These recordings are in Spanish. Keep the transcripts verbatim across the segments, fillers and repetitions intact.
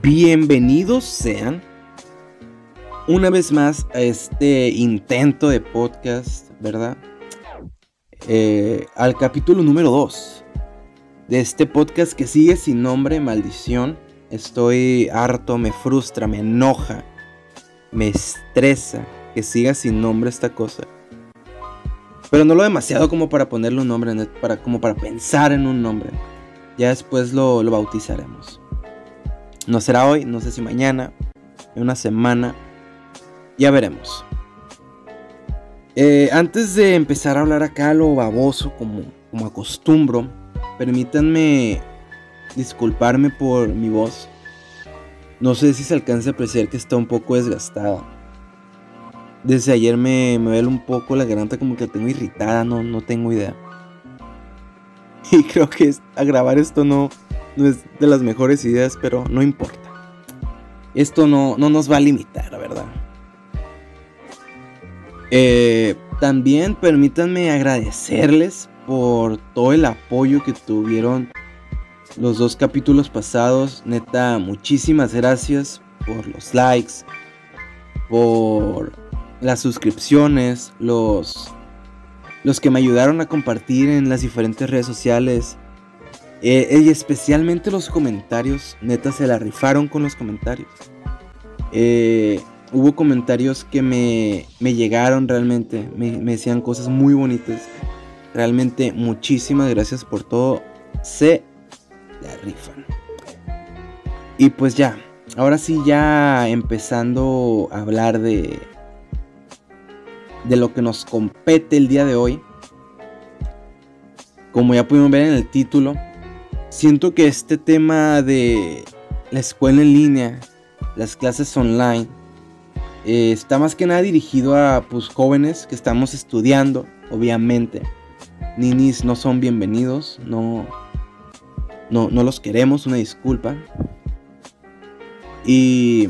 Bienvenidos sean una vez más a este intento de podcast, ¿verdad? Eh, al capítulo número dos de este podcast que sigue sin nombre, maldición. Estoy harto, me frustra, me enoja, me estresa que siga sin nombre esta cosa. Pero no lo demasiado como para ponerle un nombre, para, como para pensar en un nombre. Ya después lo, lo bautizaremos. No será hoy, no sé si mañana, en una semana, ya veremos. Eh, antes de empezar a hablar acá lo baboso como, como acostumbro, permítanme disculparme por mi voz. No sé si se alcanza a apreciar que está un poco desgastada. Desde ayer me, me duele un poco la garganta, como que la tengo irritada, no, no tengo idea. Y creo que es, a grabar esto no, no es de las mejores ideas, pero no importa. Esto no, no nos va a limitar, ¿verdad? Eh, también permítanme agradecerles por todo el apoyo que tuvieron los dos capítulos pasados. Neta, muchísimas gracias por los likes, por las suscripciones, los, los que me ayudaron a compartir en las diferentes redes sociales. Eh, y especialmente los comentarios, neta se la rifaron con los comentarios. Eh, hubo comentarios que me, me llegaron realmente, me, me decían cosas muy bonitas. Realmente muchísimas gracias por todo, se la rifan. Y pues ya, ahora sí ya empezando a hablar de, de lo que nos compete el día de hoy. Como ya pudimos ver en el título, siento que este tema de la escuela en línea, las clases online, eh, está más que nada dirigido a pues, jóvenes que estamos estudiando, obviamente. Ninis no son bienvenidos, no, no, no los queremos, una disculpa. Y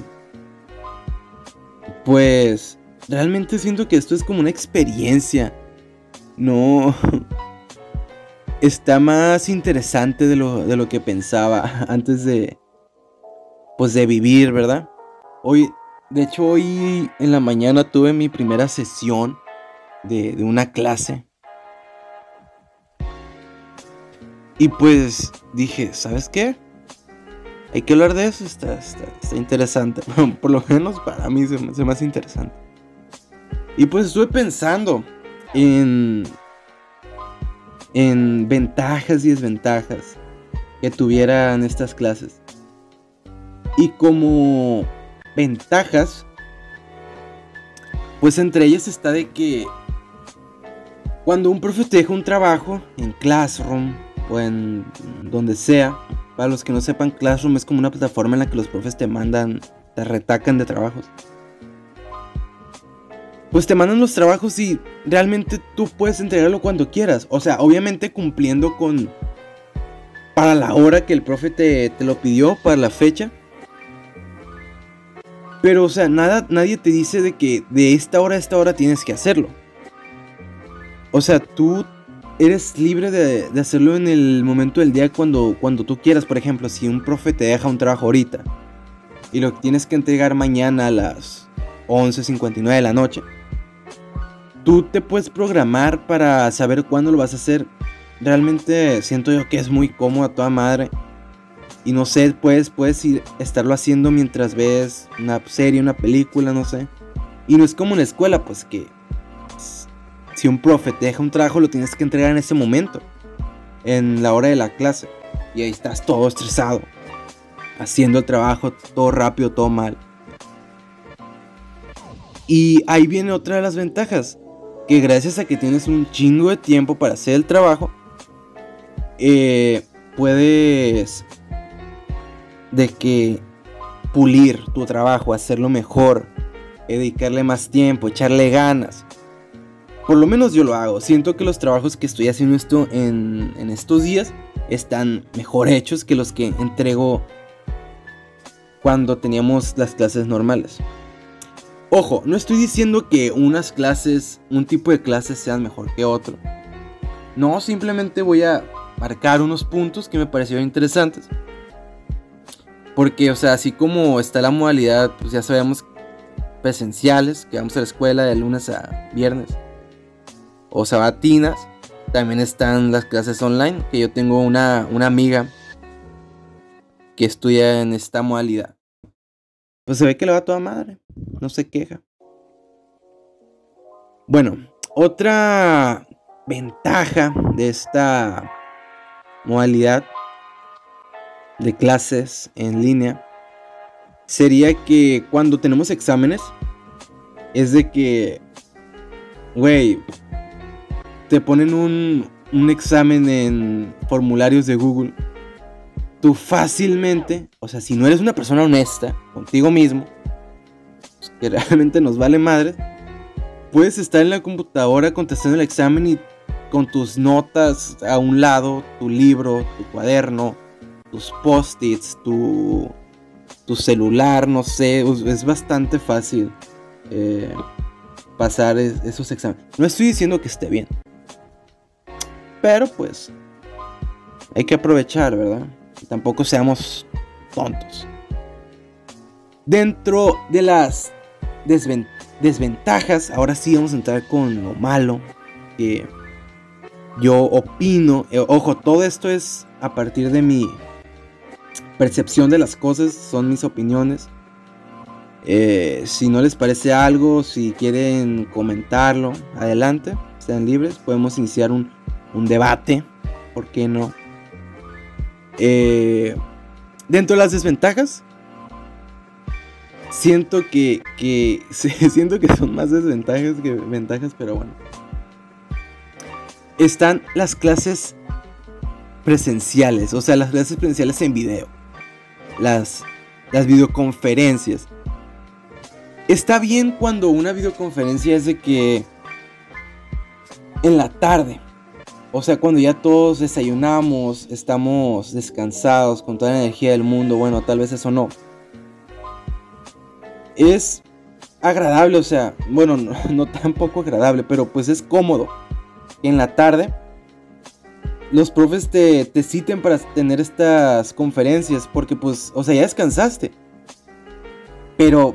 pues realmente siento que esto es como una experiencia, no... Está más interesante de lo, de lo que pensaba antes de, pues de vivir, ¿verdad? Hoy, de hecho hoy en la mañana tuve mi primera sesión de, de una clase. Y pues dije, ¿sabes qué? Hay que hablar de eso, está, está, está interesante. Por lo menos para mí se me hace más interesante. Y pues estuve pensando en... en ventajas y desventajas que tuvieran estas clases. Y como ventajas, pues entre ellas está de que cuando un profe te deja un trabajo en Classroom o en donde sea, para los que no sepan, Classroom es como una plataforma en la que los profes te mandan, te retacan de trabajos. Pues te mandan los trabajos y realmente tú puedes entregarlo cuando quieras. O sea, obviamente cumpliendo con... para la hora que el profe te, te lo pidió, para la fecha. Pero, o sea, nada, nadie te dice de que de esta hora a esta hora tienes que hacerlo. O sea, tú eres libre de, de hacerlo en el momento del día cuando, cuando tú quieras. Por ejemplo, si un profe te deja un trabajo ahorita y lo tienes que entregar mañana a las once cincuenta y nueve de la noche, tú te puedes programar para saber cuándo lo vas a hacer. Realmente siento yo que es muy cómodo a toda madre. Y no sé, puedes, puedes ir, estarlo haciendo mientras ves una serie, una película, no sé. Y no es como en la escuela, pues que si un profe te deja un trabajo lo tienes que entregar en ese momento, en la hora de la clase. Y ahí estás todo estresado, haciendo el trabajo todo rápido, todo mal. Y ahí viene otra de las ventajas, que gracias a que tienes un chingo de tiempo para hacer el trabajo, eh, puedes de que pulir tu trabajo, hacerlo mejor, dedicarle más tiempo, echarle ganas. Por lo menos yo lo hago. Siento que los trabajos que estoy haciendo esto en, en estos días están mejor hechos que los que entrego cuando teníamos las clases normales. Ojo, no estoy diciendo que unas clases, un tipo de clases sean mejor que otro. No, simplemente voy a marcar unos puntos que me parecieron interesantes. Porque, o sea, así como está la modalidad, pues ya sabemos, presenciales, que vamos a la escuela de lunes a viernes, o sabatinas, también están las clases online, que yo tengo una, una amiga que estudia en esta modalidad. Pues se ve que le va a toda madre, no se queja. Bueno, otra ventaja de esta modalidad de clases en línea sería que cuando tenemos exámenes es de que, güey, te ponen un, un examen en formularios de Google. Tú fácilmente, o sea, si no eres una persona honesta contigo mismo, pues, que realmente nos vale madre, puedes estar en la computadora contestando el examen y con tus notas a un lado, tu libro, tu cuaderno, tus post-its, tu, tu celular, no sé, es bastante fácil eh, pasar es, esos exámenes. No estoy diciendo que esté bien, pero pues hay que aprovechar, ¿verdad? Tampoco seamos tontos. Dentro de las desven- desventajas, ahora sí vamos a entrar con lo malo que yo opino. Eh, ojo, todo esto es a partir de mi percepción de las cosas, son mis opiniones. Eh, si no les parece algo, si quieren comentarlo, adelante, sean libres, podemos iniciar un, un debate, ¿por qué no? Eh, dentro de las desventajas, siento que, que siento que son más desventajas que ventajas, pero bueno. Están las clases presenciales, o sea, las clases presenciales en video, las, las videoconferencias. Está bien cuando una videoconferencia es de que en la tarde, o sea, cuando ya todos desayunamos, estamos descansados con toda la energía del mundo. Bueno, tal vez eso no. Es agradable, o sea, bueno, no, no tampoco agradable, pero pues es cómodo. En la tarde, los profes te, te citen para tener estas conferencias, porque pues, o sea, ya descansaste. Pero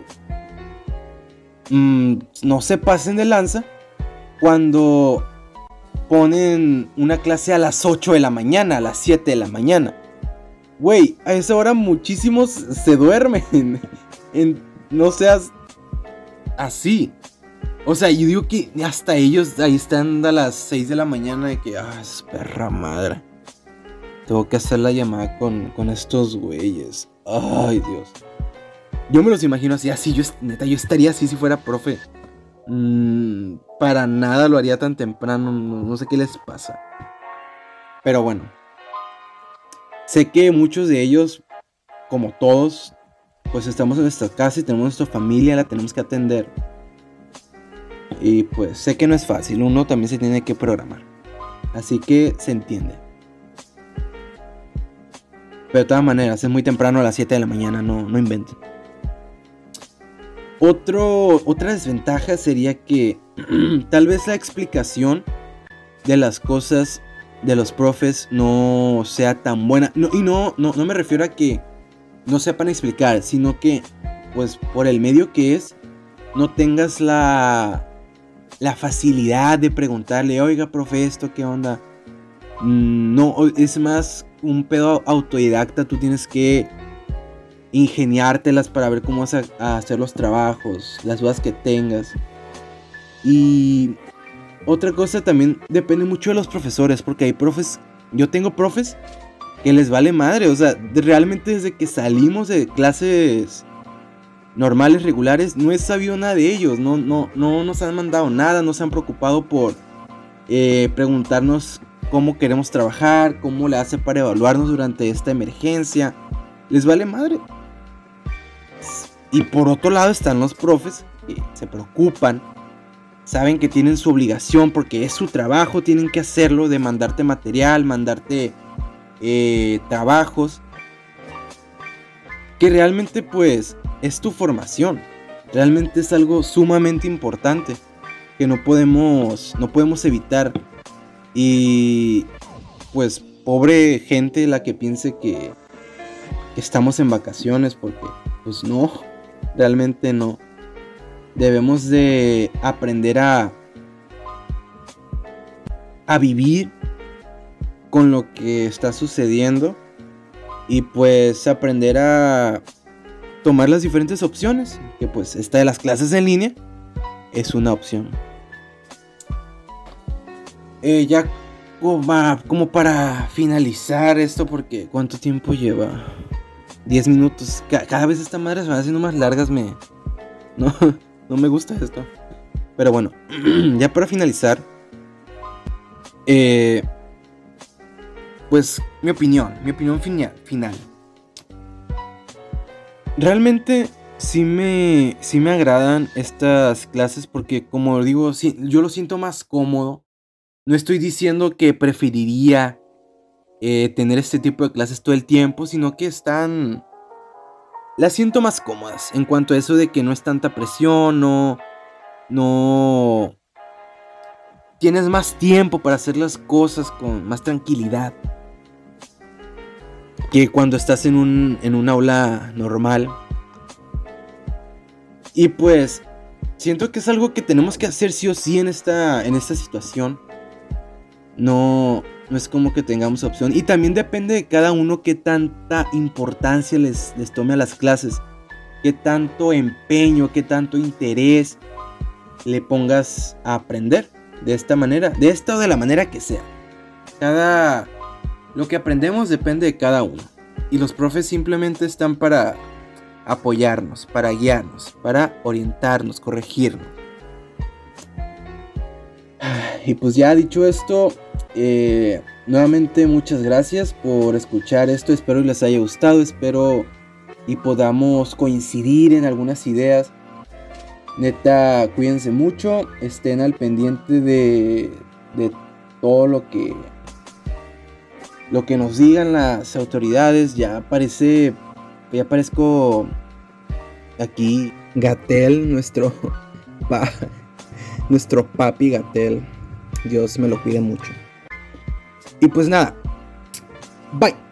mmm, no se pasen de lanza cuando ponen una clase a las ocho de la mañana, a las siete de la mañana. Güey, a esa hora muchísimos se duermen. En, no seas así. O sea, yo digo que hasta ellos ahí están a las seis de la mañana de que, ah, es perra madre. Tengo que hacer la llamada con, con estos güeyes. Ay, Dios. Yo me los imagino así, así, yo, neta, yo estaría así si fuera profe. Mm, para nada lo haría tan temprano, no, no sé qué les pasa. Pero bueno, sé que muchos de ellos, como todos, pues estamos en nuestra casa y tenemos nuestra familia, la tenemos que atender. Y pues sé que no es fácil, uno también se tiene que programar. Así que se entiende. Pero de todas maneras, es muy temprano a las siete de la mañana, no, no inventen. Otro, otra desventaja sería que tal vez la explicación de las cosas de los profes no sea tan buena. No, y no, no, no me refiero a que no sepan explicar, sino que pues por el medio que es, no tengas la, la facilidad de preguntarle, oiga, profe, ¿esto qué onda? No, es más un pedo autodidacta, tú tienes que ingeniártelas para ver cómo vas a, a hacer los trabajos, las dudas que tengas. Y otra cosa también depende mucho de los profesores, porque hay profes, yo tengo profes que les vale madre, o sea, realmente desde que salimos de clases normales, regulares, no he sabido nada de ellos, no, no, no nos han mandado nada, no se han preocupado por eh, preguntarnos cómo queremos trabajar, cómo le hace para evaluarnos durante esta emergencia, les vale madre. Y por otro lado están los profes que se preocupan, saben que tienen su obligación porque es su trabajo, tienen que hacerlo, de mandarte material, mandarte eh, trabajos, que realmente pues es tu formación, realmente es algo sumamente importante que no podemos, no podemos evitar. Y pues pobre gente la que piense que que estamos en vacaciones, porque pues no, realmente no. Debemos de aprender a, a vivir con lo que está sucediendo y pues aprender a tomar las diferentes opciones, que pues esta de las clases en línea es una opción. Eh, ya como, como para finalizar esto, porque ¿cuánto tiempo lleva? diez minutos. Cada vez esta madre se va haciendo más largas, me... No, no me gusta esto. Pero bueno, ya para finalizar, eh, pues mi opinión, mi opinión final. Realmente sí me, sí me agradan estas clases porque, como digo, sí, yo lo siento más cómodo. No estoy diciendo que preferiría eh, tener este tipo de clases todo el tiempo, sino que están... Las siento más cómodas en cuanto a eso de que no es tanta presión, no... No... Tienes más tiempo para hacer las cosas con más tranquilidad que cuando estás en un, en un aula normal. Y pues siento que es algo que tenemos que hacer sí o sí en esta, en esta situación. No, no es como que tengamos opción. Y también depende de cada uno qué tanta importancia les, les tome a las clases. Qué tanto empeño, qué tanto interés le pongas a aprender. De esta manera, de esta o de la manera que sea. Cada... Lo que aprendemos depende de cada uno. Y los profes simplemente están para apoyarnos, para guiarnos, para orientarnos, corregirnos. Y pues ya dicho esto, eh, nuevamente muchas gracias por escuchar esto. Espero les haya gustado, espero y podamos coincidir en algunas ideas. Neta, cuídense mucho, estén al pendiente de, de todo lo que, lo que nos digan las autoridades. Ya parece, ya parezco aquí Gatell, nuestro, pa, nuestro papi Gatell. Dios me lo cuide mucho. Y pues nada, bye.